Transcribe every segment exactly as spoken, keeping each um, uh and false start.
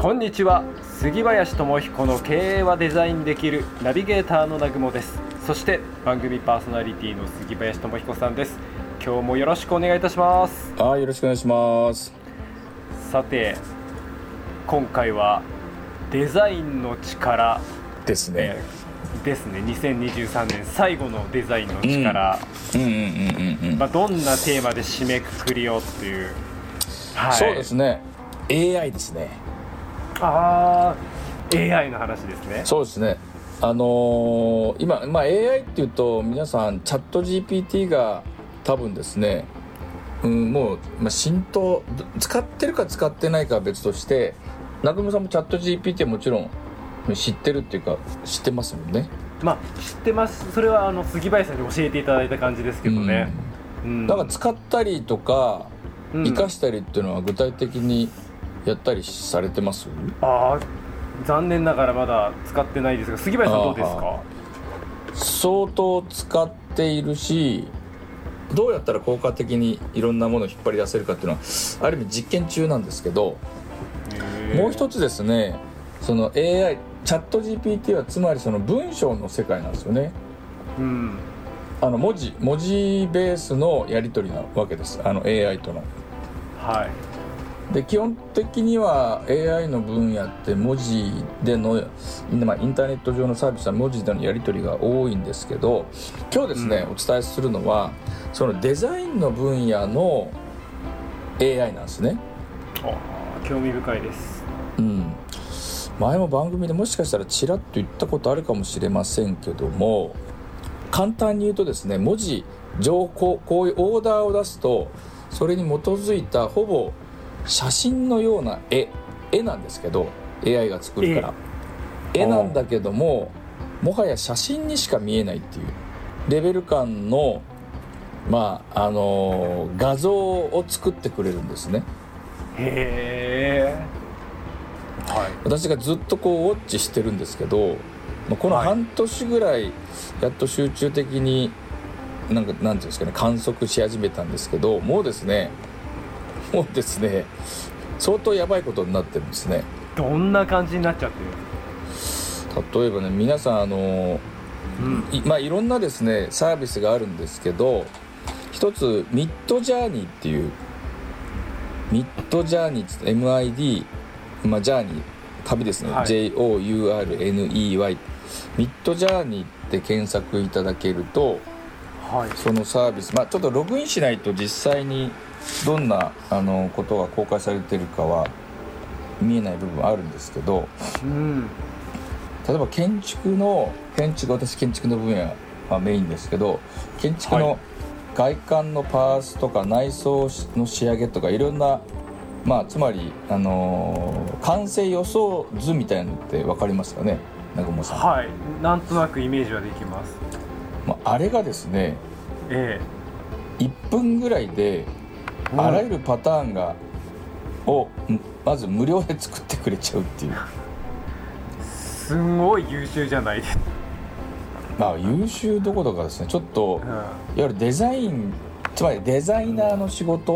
こんにちは。杉林智彦の経営はデザインできるナビゲーターの南雲です。そして番組パーソナリティの杉林智彦さんです。今日もよろしくお願いいたします。 あ、よろしくお願いします。 さて今回はデザインの力ですね、 えー、ですねにせんにじゅうさんねん最後のデザインの力、どんなテーマで締めくくりをっていう、 はい、そうですね エーアイ ですね。 あー エーアイ の話ですね。 そうですね。あのー、今、まあ、エーアイ っていうと皆さんチャット ジーピーティー が多分ですね、うん、もう、まあ、浸透使ってるか使ってないかは別として中村さんもチャット ジーピーティー はもちろん知ってるっていうか知ってますもんね。 まあ知ってます。それはあの杉林さんに教えていただいた感じですけどね、 うんうん、だから使ったりとか生かしたりっていうのは具体的にやったりされてます？ ああ、残念ながらまだ使ってないですが、杉林さんどうですか？ 相当使っているし、どうやったら効果的にいろんなものを引っ張り出せるかっていうのはある意味実験中なんですけど、もう一つですね、その エーアイ チャット ジーピーティー はつまりその文章の世界なんですよね。うん、あの文字文字ベースのやり取りなわけです、あの エーアイ との。はい。で基本的には エーアイ の分野って文字での、まあ、インターネット上のサービスは文字でのやり取りが多いんですけど、今日ですね、うん、お伝えするのはそのデザインの分野の エーアイ なんですね。 あ、興味深いです。 うん、前も番組でもしかしたらちらっと言ったことあるかもしれませんけども、簡単に言うとですね、文字情報こういうオーダーを出すとそれに基づいたほぼ写真のような絵絵なんですけど エーアイ が作るから絵なんだけども、もはや写真にしか見えないっていうレベル感の、まああのー、画像を作ってくれるんですね。 へー、はい、 私がずっとこうウォッチしてるんですけど、この半年ぐらいやっと集中的になんかなんていうんですかね、観測し始めたんですけど、もうですねもうですね相当やばいことになってるんですね。 どんな感じになっちゃってる？ 例えばね、皆さんあの、うんいまあ、いろんなですねサービスがあるんですけど、一つミッドジャーニーっていうミッドジャーニーって エムアイディー、まあ、ジャーニー旅ですね、はい、ジェイオーユーアールエヌイーワイ ミッドジャーニーって検索いただけると、はい、そのサービス、まあ、ちょっとログインしないと実際にどんなあのことが公開されているかは見えない部分あるんですけど、うん、例えば建築の建築私建築の分野はメインですけど、建築の外観のパーツとか内装の仕上げとかいろんな、まあ、つまり、あのー、完成予想図みたいなのって分かりますかね、中本さん。 はい、なんとなくイメージはできます。 まあ、あれがですね、ええ、いっぷんぐらいであらゆるパターンがをまず無料で作ってくれちゃうっていう。 すごい優秀じゃないですか。 まあ優秀どころかですね、ちょっと、うん、いわゆるデザイン、つまりデザイナーの仕事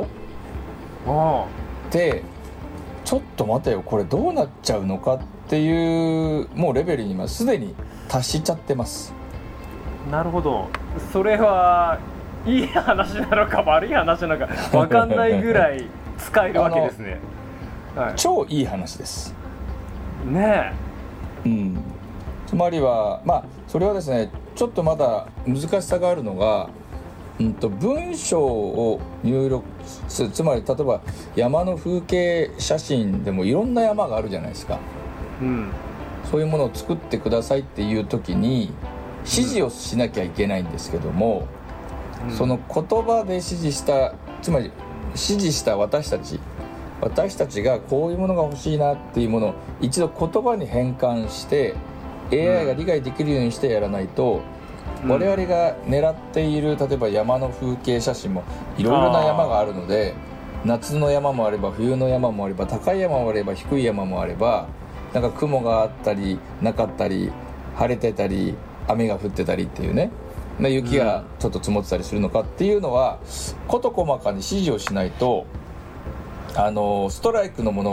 ってちょっと待てよこれどうなっちゃうのかっていうもうレベルに今すでに達しちゃってます。 なるほど。それはいい話なのか悪い話なのか分かんないぐらい使えるわけですね。 はい、超いい話ですねえ、うん、つまりはまあそれはですねちょっとまだ難しさがあるのが、うんと、文章を入力する、つまり例えば山の風景写真でもいろんな山があるじゃないですか、うん、そういうものを作ってくださいっていう時に指示をしなきゃいけないんですけども、うん、その言葉で指示した、つまり指示した私たち私たちがこういうものが欲しいなっていうものを一度言葉に変換して エーアイ が理解できるようにしてやらないと、うん、我々が狙っている例えば山の風景写真もいろいろな山があるので、夏の山もあれば冬の山もあれば高い山もあれば低い山もあれば、なんか雲があったりなかったり晴れてたり雨が降ってたりっていうね、雪がちょっと積もってたりするのかっていうのは事細かに指示をしないと、あのストライクのものは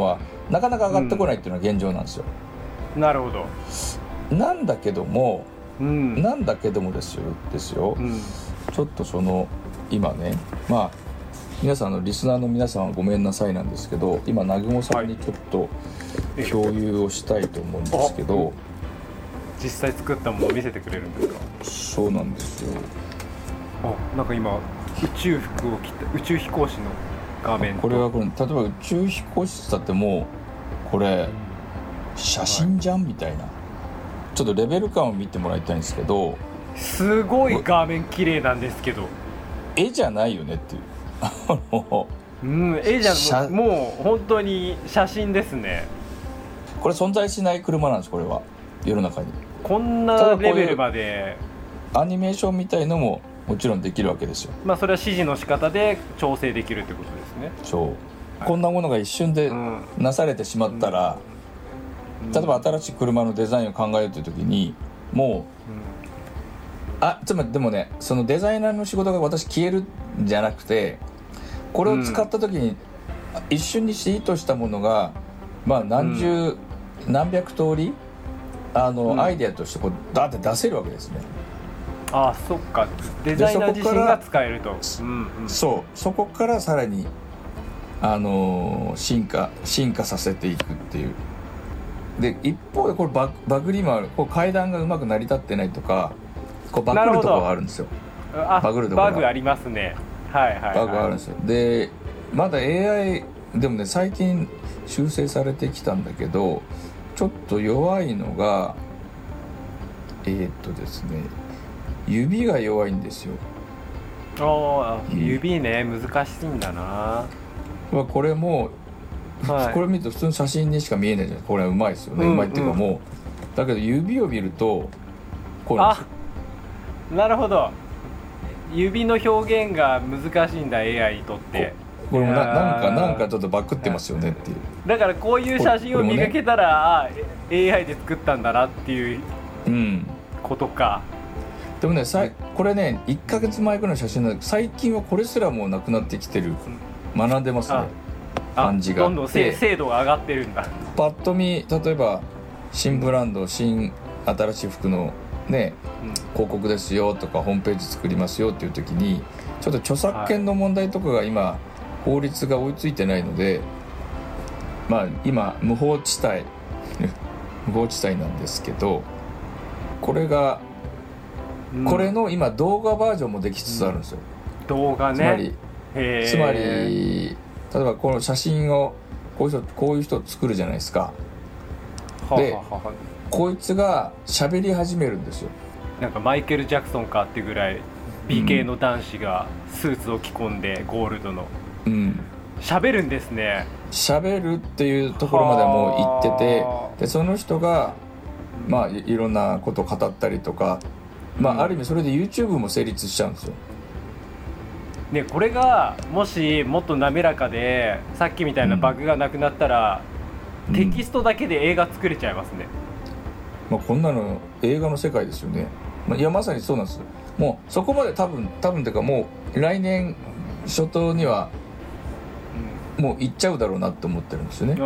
なかなか上がってこないっていうのが現状なんですよ、 うん、なるほど。 なんだけども、 うん、 なんだけどもですよですよ、うん、ちょっとその今ね、まあ皆さんのリスナーの皆さんはごめんなさいなんですけど、今南雲さんにちょっと共有をしたいと思うんですけど、はい、 実際作ったものを見せてくれるんですか？ そうなんですよ。 あ、なんか今宇宙服を着た宇宙飛行士の画面と、 これはこれ例えば宇宙飛行士だってもうこれ写真じゃん、はい、みたいな、ちょっとレベル感を見てもらいたいんですけど、 すごい画面綺麗なんですけど、 絵じゃないよねっていううん、絵じゃもう本当に写真ですね。 これ存在しない車なんです。これは世の中にこんなレベルまでアニメーションみたいのももちろんできるわけですよ。 まあそれは指示の仕方で調整できるってことですね。 そう、はい、こんなものが一瞬でなされてしまったら、うん、例えば新しい車のデザインを考えるという時にもう、うん、あつまりでもね、そのデザイナーの仕事が私消えるんじゃなくて、これを使った時に一瞬にして意図したものが、まあ何十、うん、何百通りあの、うん、アイデアとしてこうダーって出せるわけですね。 ああ、そっか、デザイナー自身が使えると。 うんうん、そうそこからさらにあの進化進化させていくっていう。で一方でこれバグ、バグりもある。こう階段がうまく成り立ってないとか、こうバグるところがあるんですよ。 あ、バグるところがバグありますね。はいはいはい、 バグあるんですよ。でまだ エーアイ でもね最近修正されてきたんだけど、ちょっと弱いのがえー、っとですね指が弱いんですよ。 ああ、指ね、難しいんだな。 これも、はい、これ見ると普通の写真にしか見えないじゃない。これはうまいですよね、うんうん、うまいっていうかもうだけど指を見るとこうなんですよ。 あ、なるほど、指の表現が難しいんだ エーアイ にとって。 これも な, なんかなんかちょっとバクってますよねっていう。 だからこういう写真を見かけたら、ね、エーアイ で作ったんだなっていうことか、 うん、でもねさこれねいっかげつまえくらいの写真なんだけど、最近はこれすらもうなくなってきてる、学んでますね、感じが。 どんどん精度が上がってるんだ。 パッと見例えば新ブランド、新新しい服のね、うん、広告ですよとかホームページ作りますよっていう時にちょっと著作権の問題とかが今、はい、法律が追いついてないので、まあ今無法地帯無法地帯なんですけど、これが、うん、これの今動画バージョンもできつつあるんですよ、 うん、動画ね。 つまりへつまり例えばこの写真をこういう人こういう人を作るじゃないですか。でははははこいつが喋り始めるんですよ。 なんかマイケル・ジャクソンかっていうぐらい美形の男子がスーツを着込んでゴールドの喋、うん、るんですね。 喋るっていうところまではもう行ってて、でその人がまあ い, いろんなことを語ったりとか、まあ、ある意味それで YouTube も成立しちゃうんですよ、 ね。これがもしもっと滑らかでさっきみたいなバグがなくなったら、うん、テキストだけで映画作れちゃいますね、 まあ、こんなの映画の世界ですよね、まあ、いやまさにそうなんです。もうそこまで多分多分というかもう来年初頭にはもう行っちゃうだろうなって思ってるんですよね、うん、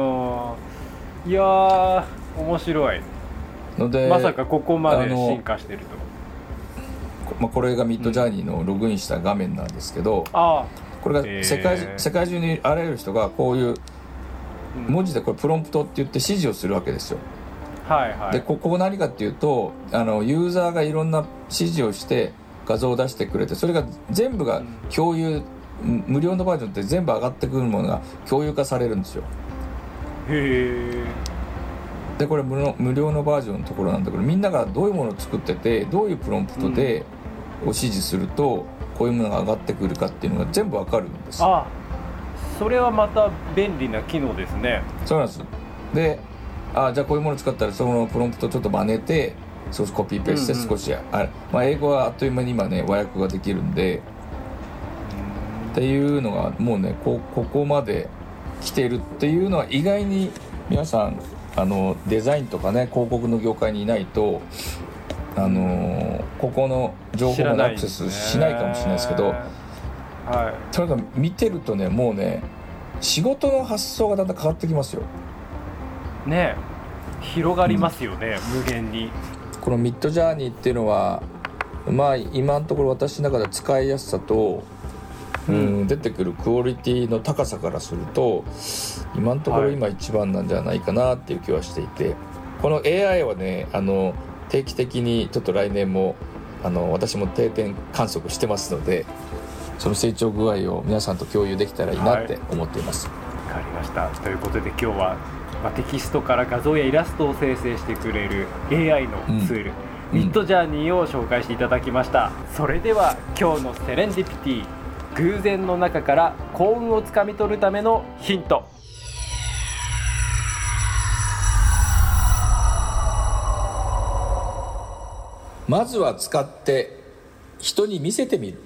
いやー面白いので、まさかここまで進化してると。 まあ、これがミッドジャーニーのログインした画面なんですけど、うん、これが世界、世界中にあらゆる人がこういう文字でこれプロンプトって言って指示をするわけですよ。はいはい、でここ何かっていうとあのユーザーがいろんな指示をして画像を出してくれて、それが全部が共有、うん、無料のバージョンって全部上がってくるものが共有化されるんですよ。へー。でこれ 無, 無料のバージョンのところなんだけど、みんながどういうものを作っててどういうプロンプトでを指示するとこういうものが上がってくるかっていうのが全部わかるんです。 あ、それはまた便利な機能ですね。 そうなんです。であじゃあこういうものを使ったらそのプロンプトをちょっと真似て少しコピーペースして少し、うんうん、あまあ、英語はあっという間に今ね和訳ができるんで、うん、っていうのがもうね こ, ここまで来てるっていうのは意外に皆さんあのデザインとかね広告の業界にいないとあのここの情報にアクセスしないかもしれないですけど、はい、とにかく見てるとねもうね仕事の発想がだんだん変わってきますよ。 ね広がりますよね、うん、無限に。 このミッドジャーニーっていうのはまあ今のところ私の中で使いやすさと、うんうん、出てくるクオリティの高さからすると今のところ今一番なんじゃないかなっていう気はしていて、はい、この エーアイ はねあの定期的にちょっと来年もあの私も定点観測してますので、その成長具合を皆さんと共有できたらいいなって思っています。 わ、はい、かりました。ということで今日は、まあ、テキストから画像やイラストを生成してくれる エーアイ のツール、うん、ミッドジャーニーを紹介していただきました、うん、それでは今日のセレンディピティ、偶然の中から幸運をつかみ取るためのヒント。 まずは使って人に見せてみる。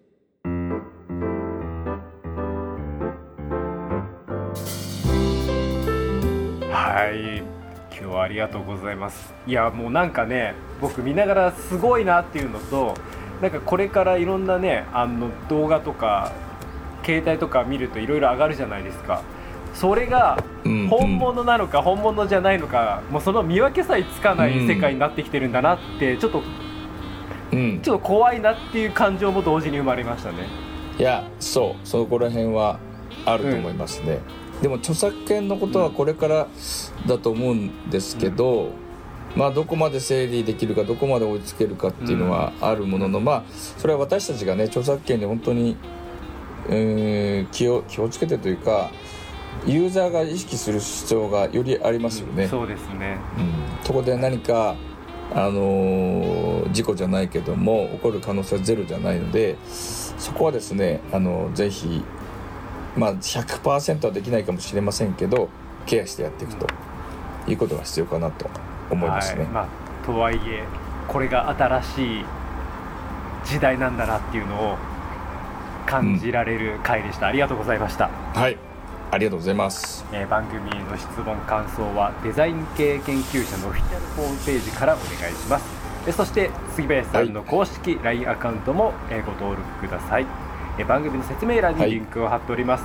はい、今日はありがとうございます。いやもうなんかね僕見ながらすごいなっていうのと、なんかこれからいろんなねあの動画とか携帯とか見るといろいろ上がるじゃないですか。それが本物なのか本物じゃないのか、もうその見分けさえつかない世界になってきてるんだなってちょっと、うん、ちょっと怖いなっていう感情も同時に生まれましたね。 いやそうそこら辺はあると思いますね、うん、でも著作権のことはこれからだと思うんですけど、うん、まあどこまで整理できるかどこまで追いつけるかっていうのはあるものの、まあそれは私たちがね著作権に本当に、えー、気を気をつけてというかユーザーが意識する必要がよりありますよね、 うん、そうですね、 うん、そこで何か、あのー、事故じゃないけども起こる可能性はゼロじゃないので、そこはですね、あのぜひ、まあ、ひゃくパーセント はできないかもしれませんけどケアしてやっていくということが必要かなと思いますね、 はい、まあ、とはいえこれが新しい時代なんだなっていうのを感じられる回でした、うん、ありがとうございました。 はい、ありがとうございます、 えー、番組への質問感想はデザイン系研究者のオフィシャルホームページからお願いします。えそして杉林さんの公式 ライン アカウントも、えー、ご登録ください。えー、番組の説明欄にリンクを貼っております、はい、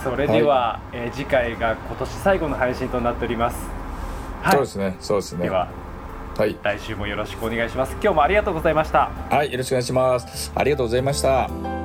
それでは、はい、えー、次回が今年最後の配信となっております、 はい、そうですねそうですね。 では、はい、来週もよろしくお願いします。今日もありがとうございました。 はい、よろしくお願いします。ありがとうございました。